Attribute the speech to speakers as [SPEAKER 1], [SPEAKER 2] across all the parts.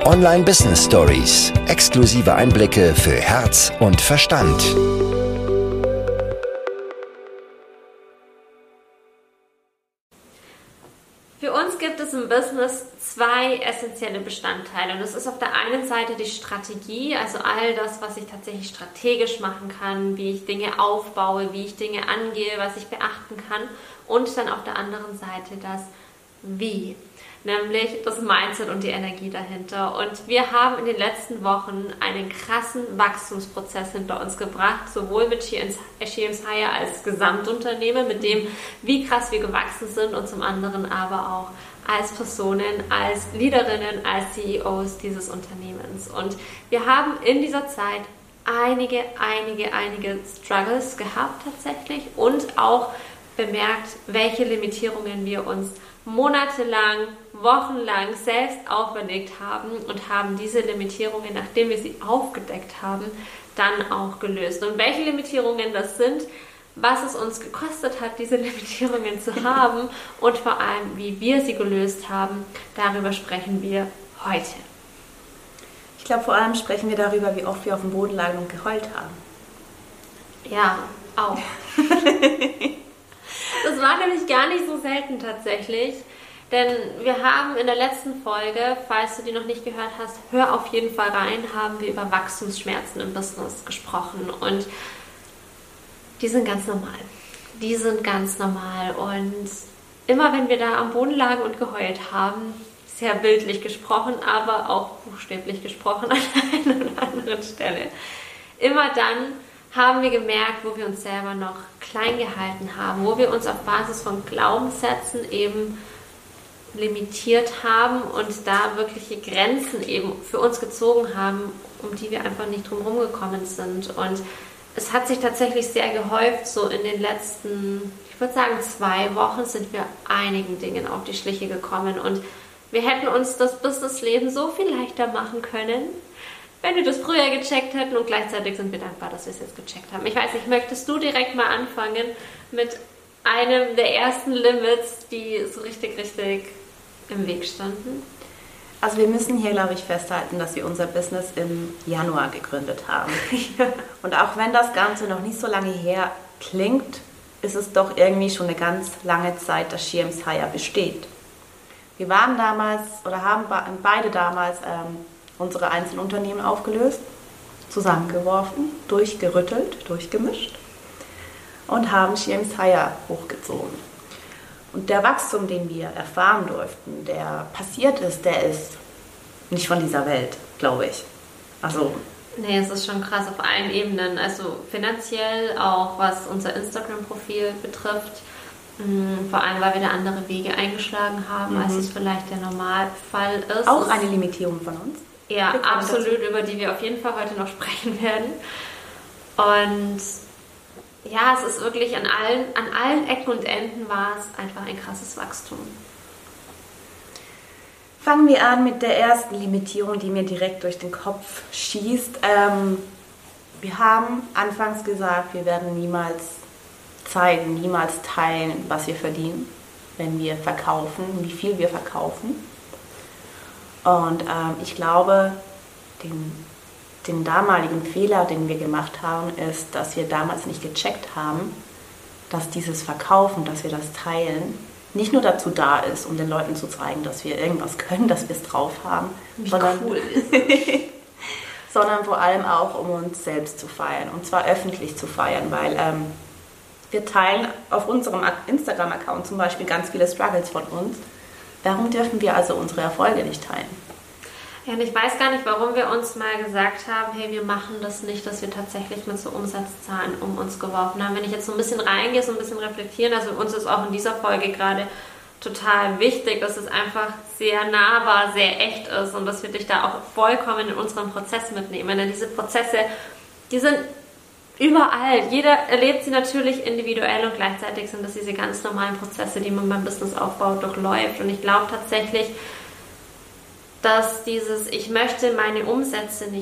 [SPEAKER 1] Online Business Stories. Exklusive Einblicke für Herz und Verstand.
[SPEAKER 2] Für uns gibt es im Business zwei essentielle Bestandteile. Und das ist auf der einen Seite die Strategie, also all das, was ich tatsächlich strategisch machen kann, wie ich Dinge aufbaue, wie ich Dinge angehe, was ich beachten kann. Und dann auf der anderen Seite das Wie, nämlich das Mindset und die Energie dahinter. Und wir haben in den letzten Wochen einen krassen Wachstumsprozess hinter uns gebracht, sowohl mit She Inspire als Gesamtunternehmen, mit dem, wie krass wir gewachsen sind, und zum anderen aber auch als Personen, als Leaderinnen, als CEOs dieses Unternehmens. Und wir haben in dieser Zeit einige Struggles gehabt tatsächlich und auch bemerkt, welche Limitierungen wir uns monatelang, wochenlang selbst auferlegt haben und haben diese Limitierungen, nachdem wir sie aufgedeckt haben, dann auch gelöst. Und welche Limitierungen das sind, was es uns gekostet hat, diese Limitierungen zu haben und vor allem, wie wir sie gelöst haben, darüber sprechen wir heute.
[SPEAKER 3] Ich glaube, vor allem sprechen wir darüber, wie oft wir auf dem Boden lagen und geheult haben.
[SPEAKER 2] Ja, auch. Das war nämlich gar nicht so selten tatsächlich, denn wir haben in der letzten Folge, falls du die noch nicht gehört hast, hör auf jeden Fall rein, haben wir über Wachstumsschmerzen im Business gesprochen und die sind ganz normal. Die sind ganz normal und immer wenn wir da am Boden lagen und geheult haben, sehr bildlich gesprochen, aber auch buchstäblich gesprochen an einer oder anderen Stelle, immer dann haben wir gemerkt, wo wir uns selber noch klein gehalten haben, wo wir uns auf Basis von Glaubenssätzen eben limitiert haben und da wirkliche Grenzen eben für uns gezogen haben, um die wir einfach nicht drum herum gekommen sind. Und es hat sich tatsächlich sehr gehäuft, so in den letzten, ich würde sagen 2 Wochen sind wir einigen Dingen auf die Schliche gekommen und wir hätten uns das Businessleben so viel leichter machen können, wenn wir das früher gecheckt hätten, und gleichzeitig sind wir dankbar, dass wir es jetzt gecheckt haben. Ich weiß nicht, möchtest du direkt mal anfangen mit einem der ersten Limits, die so richtig im Weg standen?
[SPEAKER 3] Also wir müssen hier, glaube ich, festhalten, dass wir unser Business im Januar gegründet haben.
[SPEAKER 2] Ja.
[SPEAKER 3] Und auch wenn das Ganze noch nicht so lange her klingt, ist es doch irgendwie schon eine ganz lange Zeit, dass She Inspire besteht. Wir waren damals, oder haben beide damals unsere Einzelunternehmen aufgelöst, zusammengeworfen, durchgerüttelt, durchgemischt und haben She Inspire hochgezogen. Und der Wachstum, den wir erfahren durften, der passiert ist, der ist nicht von dieser Welt, glaube ich. Also
[SPEAKER 2] nee, es ist schon krass auf allen Ebenen, also finanziell, auch was unser Instagram-Profil betrifft, vor allem, weil wir da andere Wege eingeschlagen haben, als es vielleicht der Normalfall ist.
[SPEAKER 3] Auch eine Limitierung von uns.
[SPEAKER 2] Ja, absolut, über die wir auf jeden Fall heute noch sprechen werden. Und ja, es ist wirklich an allen Ecken und Enden war es einfach ein krasses Wachstum.
[SPEAKER 3] Fangen wir an mit der ersten Limitierung, die mir direkt durch den Kopf schießt. Wir haben anfangs gesagt, wir werden niemals zeigen, niemals teilen, was wir verdienen, wenn wir verkaufen, wie viel wir verkaufen. Und ich glaube, den damaligen Fehler, den wir gemacht haben, ist, dass wir damals nicht gecheckt haben, dass dieses Verkaufen, dass wir das teilen, nicht nur dazu da ist, um den Leuten zu zeigen, dass wir irgendwas können, dass wir es drauf haben, sondern vor allem auch, um uns selbst zu feiern, und zwar öffentlich zu feiern, weil wir teilen auf unserem Instagram-Account zum Beispiel ganz viele Struggles von uns. Warum dürfen wir also unsere Erfolge nicht teilen?
[SPEAKER 2] Ja, und ich weiß gar nicht, warum wir uns mal gesagt haben, hey, wir machen das nicht, dass wir tatsächlich mit so Umsatzzahlen um uns geworfen haben. Wenn ich jetzt so ein bisschen reingehe, so ein bisschen reflektieren, also uns ist auch in dieser Folge gerade total wichtig, dass es einfach sehr nahbar, sehr echt ist und dass wir dich da auch vollkommen in unseren Prozess mitnehmen. Denn diese Prozesse, die sind überall. Jeder erlebt sie natürlich individuell und gleichzeitig sind das diese ganz normalen Prozesse, die man beim Businessaufbau durchläuft. Und ich glaube tatsächlich, dass dieses, ich möchte meine Umsätze nicht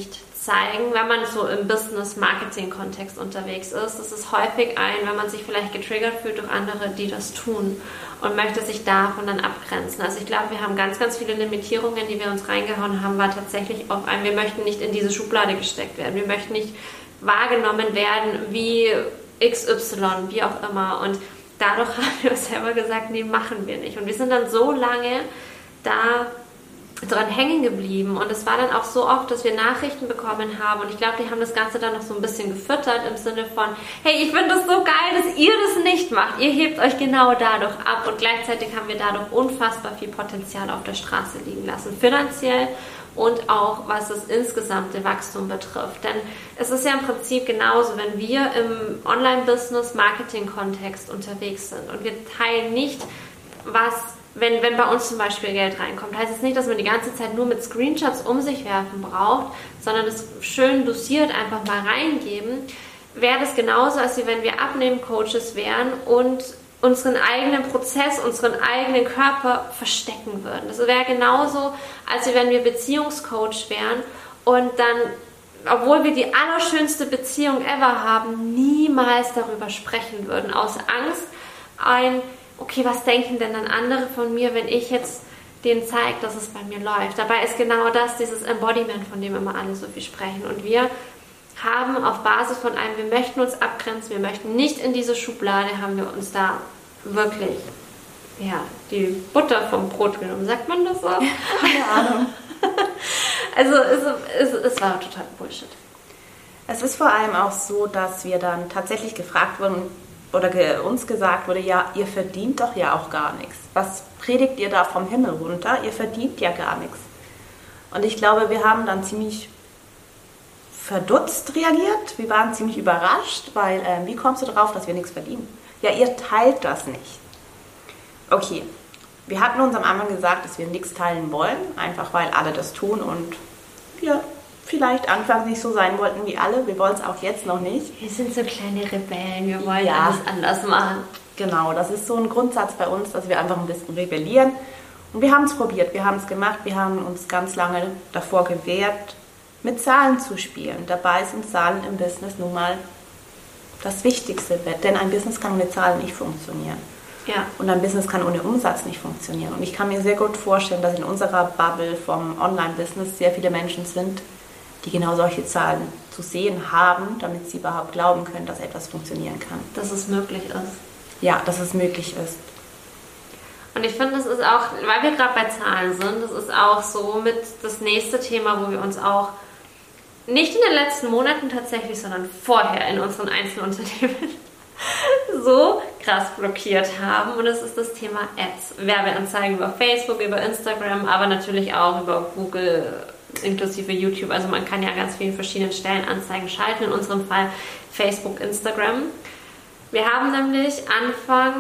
[SPEAKER 2] zeigen, wenn man so im Business-Marketing-Kontext unterwegs ist. Das ist häufig wenn man sich vielleicht getriggert fühlt durch andere, die das tun und möchte sich davon dann abgrenzen. Also ich glaube, wir haben ganz, ganz viele Limitierungen, die wir uns reingehauen haben, war tatsächlich auch wir möchten nicht in diese Schublade gesteckt werden. Wir möchten nicht wahrgenommen werden wie XY, wie auch immer. Und dadurch haben wir uns selber gesagt, nee, machen wir nicht. Und wir sind dann so lange da dran hängen geblieben und es war dann auch so oft, dass wir Nachrichten bekommen haben und ich glaube, die haben das Ganze dann noch so ein bisschen gefüttert im Sinne von, hey, ich finde das so geil, dass ihr das nicht macht, ihr hebt euch genau dadurch ab und gleichzeitig haben wir dadurch unfassbar viel Potenzial auf der Straße liegen lassen, finanziell und auch was das insgesamte Wachstum betrifft, denn es ist ja im Prinzip genauso, wenn wir im Online-Business-Marketing-Kontext unterwegs sind und wir teilen nicht, wenn bei uns zum Beispiel Geld reinkommt, heißt es nicht, dass man die ganze Zeit nur mit Screenshots um sich werfen braucht, sondern es schön dosiert einfach mal reingeben, wäre das genauso, als wenn wir Abnehmen-Coaches wären und unseren eigenen Prozess, unseren eigenen Körper verstecken würden. Das wäre genauso, als wenn wir Beziehungscoach wären und dann, obwohl wir die allerschönste Beziehung ever haben, niemals darüber sprechen würden, aus Angst, okay, was denken denn dann andere von mir, wenn ich jetzt denen zeige, dass es bei mir läuft. Dabei ist genau das, dieses Embodiment, von dem immer alle so viel sprechen. Und wir haben auf Basis von wir möchten uns abgrenzen, wir möchten nicht in diese Schublade, haben wir uns da wirklich, die Butter vom Brot genommen. Sagt man das so?
[SPEAKER 3] Keine Ahnung.
[SPEAKER 2] Also es war total Bullshit.
[SPEAKER 3] Es ist vor allem auch so, dass wir dann tatsächlich gefragt wurden, oder uns gesagt wurde, ja, ihr verdient doch ja auch gar nichts. Was predigt ihr da vom Himmel runter? Ihr verdient ja gar nichts. Und ich glaube, wir haben dann ziemlich verdutzt reagiert. Wir waren ziemlich überrascht, weil wie kommst du darauf, dass wir nichts verdienen? Ja, ihr teilt das nicht. Okay, wir hatten uns am Anfang gesagt, dass wir nichts teilen wollen, einfach weil alle das tun und wir vielleicht anfangs nicht so sein wollten wie alle. Wir wollen es auch jetzt noch nicht.
[SPEAKER 2] Wir sind so kleine Rebellen, wir wollen alles anders machen.
[SPEAKER 3] Genau, das ist so ein Grundsatz bei uns, dass wir einfach ein bisschen rebellieren. Und wir haben es probiert, wir haben es gemacht, wir haben uns ganz lange davor gewehrt, mit Zahlen zu spielen. Dabei sind Zahlen im Business nun mal das Wichtigste, denn ein Business kann ohne Zahlen nicht funktionieren.
[SPEAKER 2] Ja.
[SPEAKER 3] Und ein Business kann ohne Umsatz nicht funktionieren. Und ich kann mir sehr gut vorstellen, dass in unserer Bubble vom Online-Business sehr viele Menschen sind, die genau solche Zahlen zu sehen haben, damit sie überhaupt glauben können, dass etwas funktionieren kann.
[SPEAKER 2] Dass es möglich ist.
[SPEAKER 3] Ja, dass es möglich ist.
[SPEAKER 2] Und ich finde, das ist auch, weil wir gerade bei Zahlen sind, das ist auch so mit das nächste Thema, wo wir uns auch nicht in den letzten Monaten tatsächlich, sondern vorher in unseren einzelnen Unternehmen so krass blockiert haben. Und das ist das Thema Ads. Werbeanzeigen über Facebook, über Instagram, aber natürlich auch über Google, inklusive YouTube. Also man kann ja an ganz vielen verschiedenen Stellen Anzeigen schalten. In unserem Fall Facebook, Instagram. Wir haben nämlich Anfang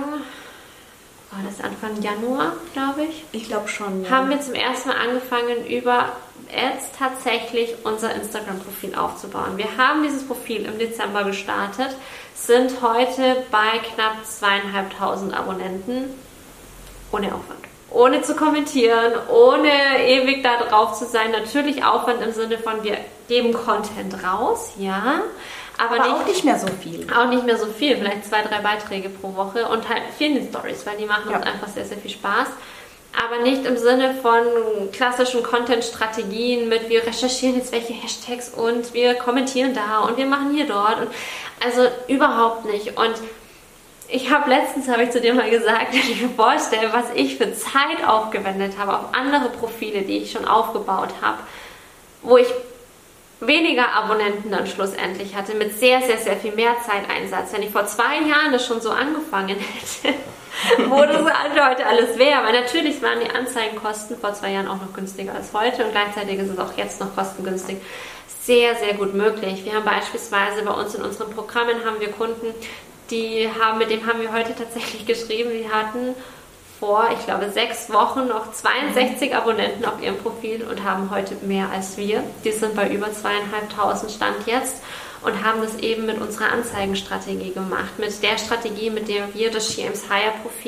[SPEAKER 2] Januar, glaube ich?
[SPEAKER 3] Ich glaube schon, ja.
[SPEAKER 2] Haben wir zum ersten Mal angefangen, über Ads tatsächlich unser Instagram-Profil aufzubauen. Wir haben dieses Profil im Dezember gestartet, sind heute bei knapp 2.500 Abonnenten, ohne Aufwand. Ohne zu kommentieren, ohne ewig da drauf zu sein. Natürlich Aufwand im Sinne von, wir geben Content raus, ja. Aber
[SPEAKER 3] auch nicht mehr so viel.
[SPEAKER 2] Auch nicht mehr so viel, vielleicht 2-3 Beiträge pro Woche und halt vielen Stories, weil die machen uns einfach sehr, sehr viel Spaß. Aber nicht im Sinne von klassischen Content-Strategien mit, wir recherchieren jetzt welche Hashtags und wir kommentieren da und wir machen hier dort. Und also überhaupt nicht. Und letztens habe ich zu dir mal gesagt, wenn ich mir vorstelle, was ich für Zeit aufgewendet habe auf andere Profile, die ich schon aufgebaut habe, wo ich weniger Abonnenten dann schlussendlich hatte, mit sehr, sehr, sehr viel mehr Zeiteinsatz. Wenn ich vor 2 Jahren das schon so angefangen hätte, wo das heute alles wäre. Weil natürlich waren die Anzeigenkosten vor 2 Jahren auch noch günstiger als heute und gleichzeitig ist es auch jetzt noch kostengünstig. Sehr, sehr gut möglich. Wir haben beispielsweise bei uns in unseren Programmen haben wir Kunden, mit dem haben wir heute tatsächlich geschrieben, die hatten vor, ich glaube, 6 Wochen noch 62 Abonnenten auf ihrem Profil und haben heute mehr als wir. Die sind bei über 2.500 Stand jetzt und haben das eben mit unserer Anzeigenstrategie gemacht. Mit der Strategie, mit der wir das She Aims Higher Profil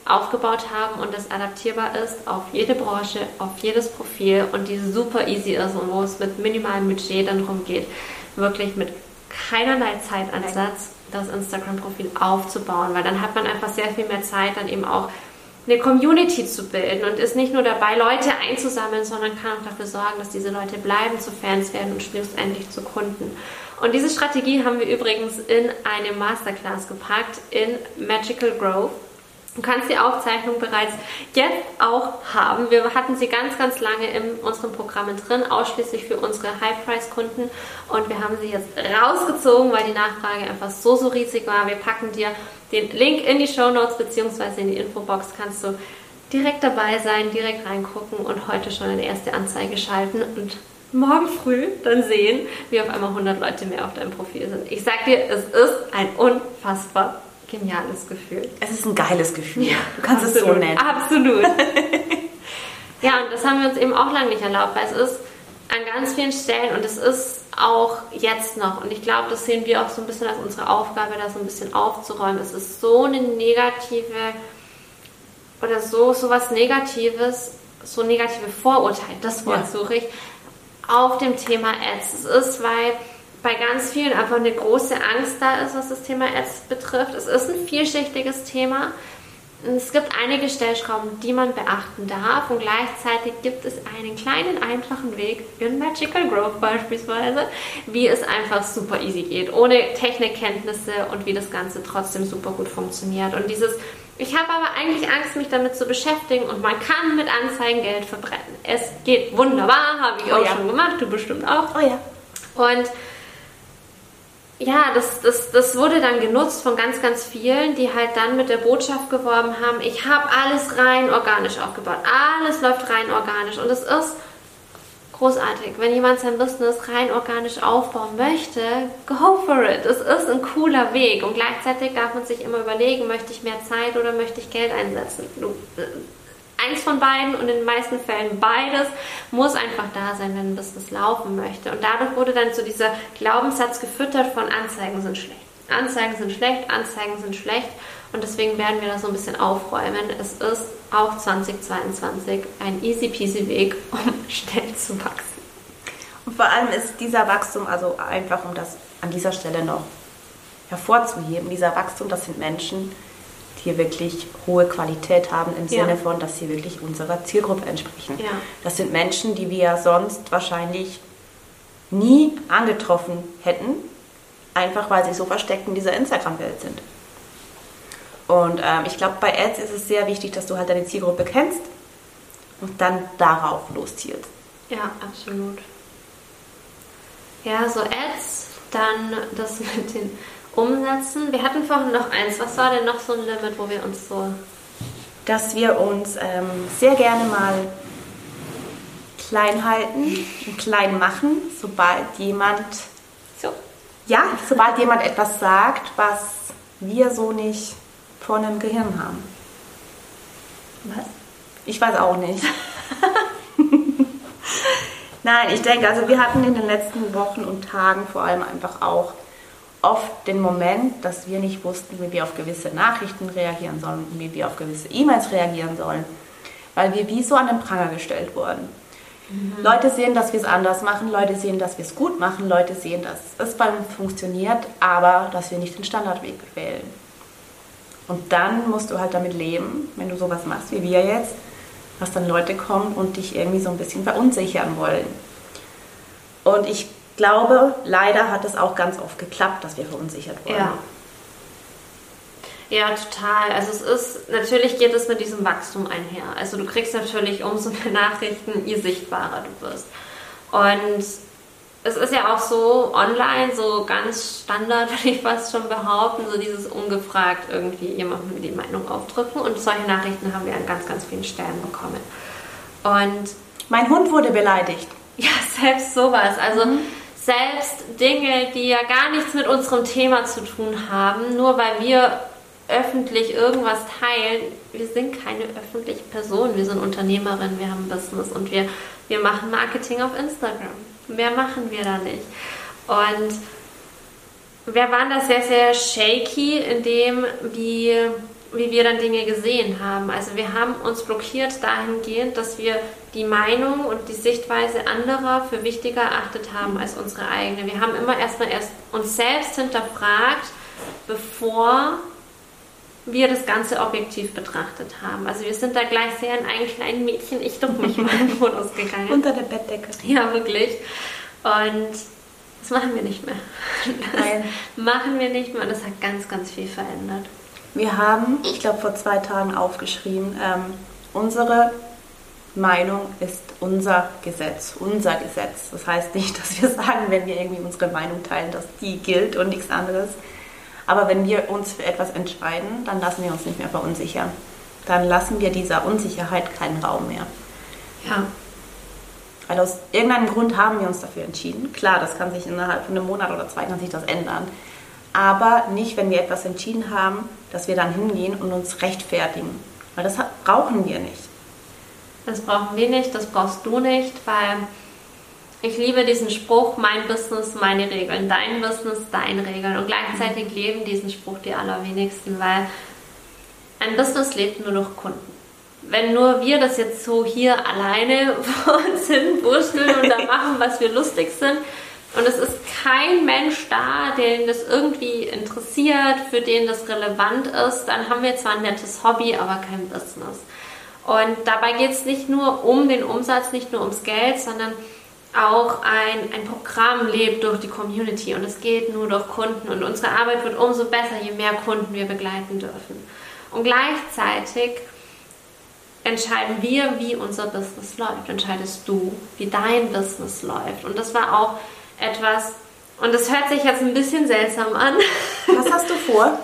[SPEAKER 2] aufgebaut haben und das adaptierbar ist auf jede Branche, auf jedes Profil und die super easy ist und wo es mit minimalem Budget dann darum geht, wirklich mit keinerlei Zeitansatz das Instagram-Profil aufzubauen, weil dann hat man einfach sehr viel mehr Zeit, dann eben auch eine Community zu bilden und ist nicht nur dabei, Leute einzusammeln, sondern kann auch dafür sorgen, dass diese Leute bleiben, zu Fans werden und schlussendlich zu Kunden. Und diese Strategie haben wir übrigens in eine Masterclass gepackt in Magical Growth. Du kannst die Aufzeichnung bereits jetzt auch haben. Wir hatten sie ganz, ganz lange in unseren Programmen drin, ausschließlich für unsere High-Price-Kunden. Und wir haben sie jetzt rausgezogen, weil die Nachfrage einfach so riesig war. Wir packen dir den Link in die Shownotes bzw. in die Infobox. Kannst du direkt dabei sein, direkt reingucken und heute schon eine erste Anzeige schalten und morgen früh dann sehen, wie auf einmal 100 Leute mehr auf deinem Profil sind. Ich sag dir, es ist ein unfassbar geniales Gefühl.
[SPEAKER 3] Es ist ein geiles Gefühl. Ja, du kannst
[SPEAKER 2] absolut,
[SPEAKER 3] es so nennen.
[SPEAKER 2] Absolut. Ja, und das haben wir uns eben auch lange nicht erlaubt, weil es ist an ganz vielen Stellen und es ist auch jetzt noch, und ich glaube, das sehen wir auch so ein bisschen als unsere Aufgabe, da so ein bisschen aufzuräumen. Es ist so eine negative oder so was Negatives, so negative Vorurteile, das Wort suche ich, auf dem Thema Ads. Es ist, weil bei ganz vielen einfach eine große Angst da ist, was das Thema Ads betrifft. Es ist ein vielschichtiges Thema. Es gibt einige Stellschrauben, die man beachten darf und gleichzeitig gibt es einen kleinen, einfachen Weg in Magical Growth beispielsweise, wie es einfach super easy geht, ohne Technikkenntnisse und wie das Ganze trotzdem super gut funktioniert. Und ich habe aber eigentlich Angst, mich damit zu beschäftigen und man kann mit Anzeigen Geld verbrennen. Es geht wunderbar, habe ich auch schon gemacht, du bestimmt auch.
[SPEAKER 3] Oh ja.
[SPEAKER 2] Und ja, das wurde dann genutzt von ganz, ganz vielen, die halt dann mit der Botschaft geworben haben, ich habe alles rein organisch aufgebaut. Alles läuft rein organisch. Und es ist großartig. Wenn jemand sein Business rein organisch aufbauen möchte, go for it. Es ist ein cooler Weg. Und gleichzeitig darf man sich immer überlegen, möchte ich mehr Zeit oder möchte ich Geld einsetzen? Eins von beiden und in den meisten Fällen beides muss einfach da sein, wenn ein Business laufen möchte. Und dadurch wurde dann so dieser Glaubenssatz gefüttert von Anzeigen sind schlecht. Anzeigen sind schlecht, Anzeigen sind schlecht. Und deswegen werden wir da so ein bisschen aufräumen. Es ist auch 2022 ein easy peasy Weg, um schnell zu wachsen.
[SPEAKER 3] Und vor allem ist dieser Wachstum, also einfach um das an dieser Stelle noch hervorzuheben, dieser Wachstum, das sind Menschen, die wirklich hohe Qualität haben im Sinne von, dass sie wirklich unserer Zielgruppe entsprechen.
[SPEAKER 2] Ja.
[SPEAKER 3] Das sind Menschen, die wir sonst wahrscheinlich nie angetroffen hätten, einfach weil sie so versteckt in dieser Instagram-Welt sind. Und ich glaube, bei Ads ist es sehr wichtig, dass du halt deine Zielgruppe kennst und dann darauf loszielst.
[SPEAKER 2] Ja, absolut. Ja, so Ads, dann das mit den Umsetzen. Wir hatten vorhin noch eins. Was war denn noch so ein Limit, wo wir uns so...
[SPEAKER 3] Dass wir uns sehr gerne mal klein halten und klein machen, sobald jemand etwas sagt, was wir so nicht von dem Gehirn haben.
[SPEAKER 2] Was?
[SPEAKER 3] Ich weiß auch nicht. Nein, ich denke, also wir hatten in den letzten Wochen und Tagen vor allem einfach auch oft den Moment, dass wir nicht wussten, wie wir auf gewisse Nachrichten reagieren sollen, wie wir auf gewisse E-Mails reagieren sollen, weil wir wie so an den Pranger gestellt wurden. Mhm. Leute sehen, dass wir es anders machen, Leute sehen, dass wir es gut machen, Leute sehen, dass es bei uns funktioniert, aber dass wir nicht den Standardweg wählen. Und dann musst du halt damit leben, wenn du sowas machst wie wir jetzt, dass dann Leute kommen und dich irgendwie so ein bisschen verunsichern wollen. Und ich glaube, leider hat es auch ganz oft geklappt, dass wir verunsichert wurden.
[SPEAKER 2] Ja. Ja, total. Also natürlich geht es mit diesem Wachstum einher. Also du kriegst natürlich umso mehr Nachrichten, je sichtbarer du wirst. Und es ist ja auch so online, so ganz Standard, würde ich fast schon behaupten, so dieses ungefragt irgendwie jemandem die Meinung aufdrücken. Und solche Nachrichten haben wir an ganz, ganz vielen Stellen bekommen. Und
[SPEAKER 3] mein Hund wurde beleidigt.
[SPEAKER 2] Ja, selbst sowas. Also selbst Dinge, die ja gar nichts mit unserem Thema zu tun haben, nur weil wir öffentlich irgendwas teilen. Wir sind keine öffentliche Person, wir sind Unternehmerinnen, wir haben ein Business und wir machen Marketing auf Instagram. Mehr machen wir da nicht. Und wir waren da sehr, sehr shaky in dem, wie wie wir dann Dinge gesehen haben. Also wir haben uns blockiert dahingehend, dass wir die Meinung und die Sichtweise anderer für wichtiger erachtet haben als unsere eigene. Wir haben immer erst uns selbst hinterfragt, bevor wir das Ganze objektiv betrachtet haben. Also wir sind da gleich sehr in einen kleinen Mädchen, ich duck mich mal Modus gegangen.
[SPEAKER 3] Unter der Bettdecke.
[SPEAKER 2] Ja, wirklich. Und das machen wir nicht mehr.
[SPEAKER 3] Nein.
[SPEAKER 2] Machen wir nicht mehr und das hat ganz, ganz viel verändert.
[SPEAKER 3] Wir haben, ich glaube, vor 2 Tagen aufgeschrieben, unsere Meinung ist unser Gesetz. Unser Gesetz. Das heißt nicht, dass wir sagen, wenn wir irgendwie unsere Meinung teilen, dass die gilt und nichts anderes. Aber wenn wir uns für etwas entscheiden, dann lassen wir uns nicht mehr verunsichern. Dann lassen wir dieser Unsicherheit keinen Raum mehr.
[SPEAKER 2] Ja.
[SPEAKER 3] Weil aus irgendeinem Grund haben wir uns dafür entschieden. Klar, das kann sich innerhalb von einem Monat oder 2 kann sich das ändern. Aber nicht, wenn wir etwas entschieden haben, dass wir dann hingehen und uns rechtfertigen. Weil das brauchen wir nicht.
[SPEAKER 2] Das brauchen wir nicht, das brauchst du nicht, weil ich liebe diesen Spruch, mein Business, meine Regeln, dein Business, deine Regeln. Und gleichzeitig leben diesen Spruch die allerwenigsten, weil ein Business lebt nur durch Kunden. Wenn nur wir das jetzt so hier alleine vor uns hin wursteln und da machen, was wir lustig sind, und es ist kein Mensch da, den das irgendwie interessiert, für den das relevant ist, dann haben wir zwar ein nettes Hobby, aber kein Business. Und dabei geht es nicht nur um den Umsatz, nicht nur ums Geld, sondern auch ein Programm lebt durch die Community und es geht nur durch Kunden und unsere Arbeit wird umso besser, je mehr Kunden wir begleiten dürfen. Und gleichzeitig entscheiden wir, wie unser Business läuft. Entscheidest du, wie dein Business läuft. Und das war auch etwas, und das hört sich jetzt ein bisschen seltsam an.
[SPEAKER 3] Was hast du vor?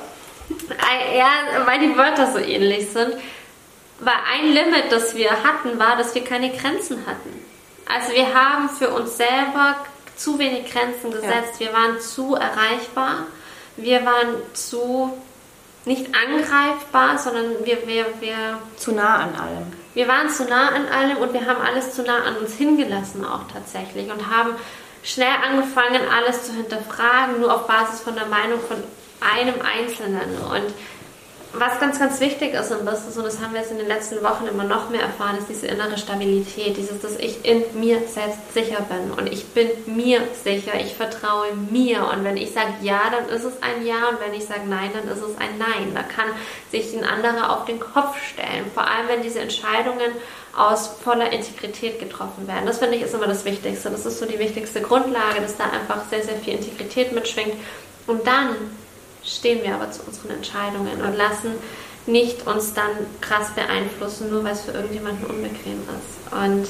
[SPEAKER 2] Ja, weil die Wörter so ähnlich sind. Weil ein Limit, das wir hatten, war, dass wir keine Grenzen hatten. Also wir haben für uns selber zu wenig Grenzen gesetzt. Ja. Wir waren zu erreichbar. Wir waren zu nicht angreifbar, sondern wir
[SPEAKER 3] zu nah an allem.
[SPEAKER 2] Wir waren zu nah an allem und wir haben alles zu nah an uns hingelassen auch tatsächlich und haben schnell angefangen, alles zu hinterfragen, nur auf Basis von der Meinung von einem Einzelnen. Und was ganz, ganz wichtig ist im Business, und das haben wir jetzt in den letzten Wochen immer noch mehr erfahren, ist diese innere Stabilität, dass ich in mir selbst sicher bin und ich bin mir sicher, ich vertraue mir und wenn ich sage ja, dann ist es ein Ja und wenn ich sage nein, dann ist es ein Nein. Da kann sich ein anderer auf den Kopf stellen, vor allem wenn diese Entscheidungen aus voller Integrität getroffen werden. Das finde ich ist immer das Wichtigste, das ist so die wichtigste Grundlage, dass da einfach sehr, sehr viel Integrität mitschwingt und dann stehen wir aber zu unseren Entscheidungen und lassen nicht uns dann krass beeinflussen, nur weil es für irgendjemanden unbequem ist. Und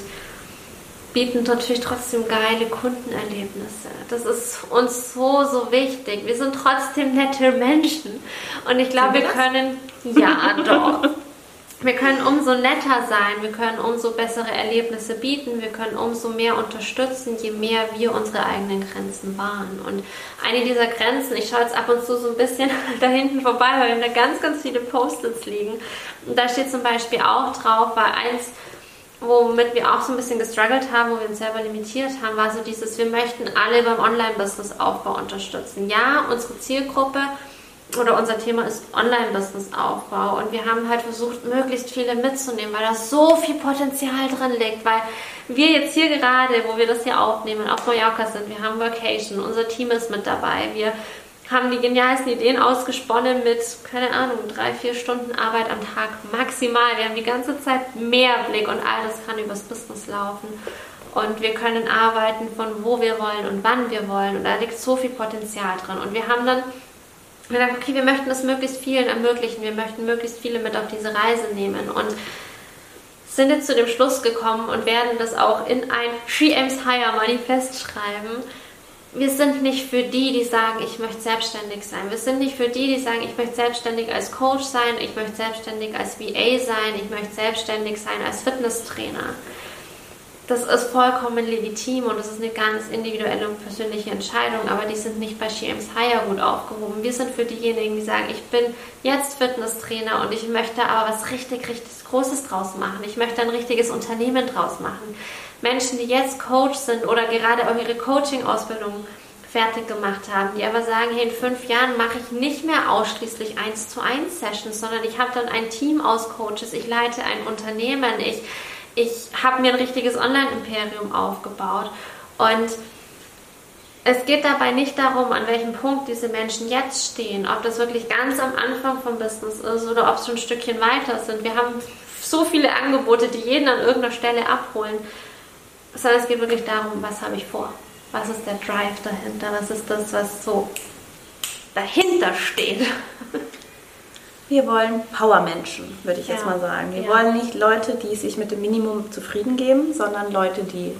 [SPEAKER 2] bieten natürlich trotzdem geile Kundenerlebnisse. Das ist uns so, so wichtig. Wir sind trotzdem nette Menschen. Und ich glaube, wir können, ja doch, wir können umso netter sein, wir können umso bessere Erlebnisse bieten, wir können umso mehr unterstützen, je mehr wir unsere eigenen Grenzen wahren. Und eine dieser Grenzen, ich schaue jetzt ab und zu so ein bisschen da hinten vorbei, weil wir haben da ganz, ganz viele Post-its liegen. Und da steht zum Beispiel auch drauf, weil eins, womit wir auch so ein bisschen gestruggelt haben, wo wir uns selber limitiert haben, war so dieses, wir möchten alle beim Online-Business-Aufbau unterstützen. Ja, unsere Zielgruppe oder unser Thema ist Online-Business-Aufbau und wir haben halt versucht, möglichst viele mitzunehmen, weil da so viel Potenzial drin liegt, weil wir jetzt hier gerade, wo wir das hier aufnehmen, auf Mallorca sind, wir haben Vacation, unser Team ist mit dabei, wir haben die genialsten Ideen ausgesponnen mit, keine Ahnung, 3-4 Stunden Arbeit am Tag maximal. Wir haben die ganze Zeit Mehrblick und all das kann übers Business laufen. Und wir können arbeiten von wo wir wollen und wann wir wollen und da liegt so viel Potenzial drin. Und wir haben dann gedacht, okay, wir möchten das möglichst vielen ermöglichen, wir möchten möglichst viele mit auf diese Reise nehmen und sind jetzt zu dem Schluss gekommen und werden das auch in ein She Aims Higher Manifest schreiben. Wir sind nicht für die, die sagen, ich möchte selbstständig sein. Wir sind nicht für die, die sagen, ich möchte selbstständig als Coach sein, ich möchte selbstständig als VA sein, ich möchte selbstständig sein als Fitnesstrainer. Das ist vollkommen legitim und das ist eine ganz individuelle und persönliche Entscheidung, aber die sind nicht bei She Aims Higher gut aufgehoben. Wir sind für diejenigen, die sagen, ich bin jetzt Fitnesstrainer und ich möchte aber was richtig, richtig Großes draus machen. Ich möchte ein richtiges Unternehmen draus machen. Menschen, die jetzt Coach sind oder gerade auch ihre Coaching-Ausbildung fertig gemacht haben, die aber sagen, hey, in 5 Jahren mache ich nicht mehr ausschließlich 1:1 Sessions, sondern ich habe dann ein Team aus Coaches, ich leite ein Unternehmen, ich habe mir ein richtiges Online-Imperium aufgebaut. Und es geht dabei nicht darum, an welchem Punkt diese Menschen jetzt stehen, ob das wirklich ganz am Anfang vom Business ist oder ob sie ein Stückchen weiter sind. Wir haben so viele Angebote, die jeden an irgendeiner Stelle abholen, sondern es geht wirklich darum, was habe ich vor? Was ist der Drive dahinter? Was ist das, was so dahinter steht?
[SPEAKER 3] Wir wollen Power-Menschen, würde ich jetzt mal sagen. Wir wollen nicht Leute, die sich mit dem Minimum zufrieden geben, sondern Leute, die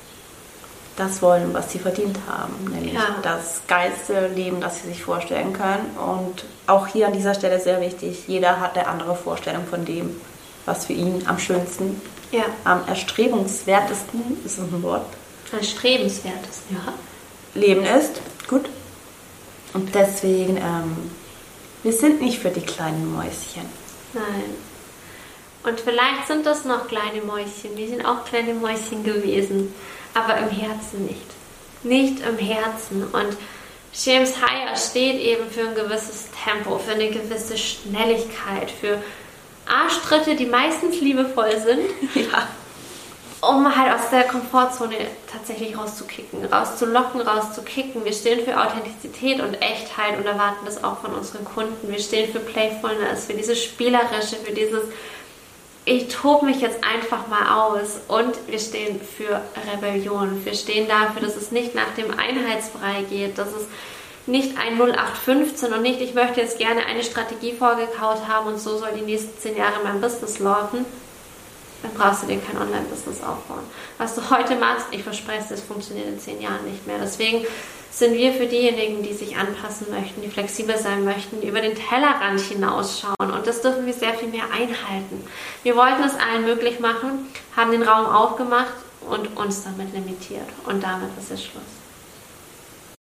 [SPEAKER 3] das wollen, was sie verdient haben, nämlich das geilste Leben, das sie sich vorstellen können. Und auch hier an dieser Stelle sehr wichtig, jeder hat eine andere Vorstellung von dem, was für ihn am schönsten, am erstrebenswertesten, ist das ein Wort?
[SPEAKER 2] Erstrebenswertesten,
[SPEAKER 3] Leben ist. Gut. Und deswegen, wir sind nicht für die kleinen Mäuschen.
[SPEAKER 2] Nein. Und vielleicht sind das noch kleine Mäuschen, die sind auch kleine Mäuschen gewesen. Aber im Herzen nicht. Nicht im Herzen. Und James Hire steht eben für ein gewisses Tempo, für eine gewisse Schnelligkeit, für Arschtritte, die meistens liebevoll sind, um halt aus der Komfortzone tatsächlich rauszukicken, rauszulocken, rauszukicken. Wir stehen für Authentizität und Echtheit und erwarten das auch von unseren Kunden. Wir stehen für Playfulness, für dieses Spielerische, für dieses ich tobe mich jetzt einfach mal aus, und wir stehen für Rebellion. Wir stehen dafür, dass es nicht nach dem Einheitsbrei geht, dass es nicht ein 0815 und nicht, ich möchte jetzt gerne eine Strategie vorgekaut haben und so soll die nächsten 10 Jahre mein Business laufen. Dann brauchst du dir kein Online-Business aufbauen. Was du heute machst, ich verspreche es, das funktioniert in 10 Jahren nicht mehr. Deswegen sind wir für diejenigen, die sich anpassen möchten, die flexibel sein möchten, die über den Tellerrand hinausschauen. Und das dürfen wir sehr viel mehr einhalten. Wir wollten es allen möglich machen, haben den Raum aufgemacht und uns damit limitiert. Und damit ist es Schluss.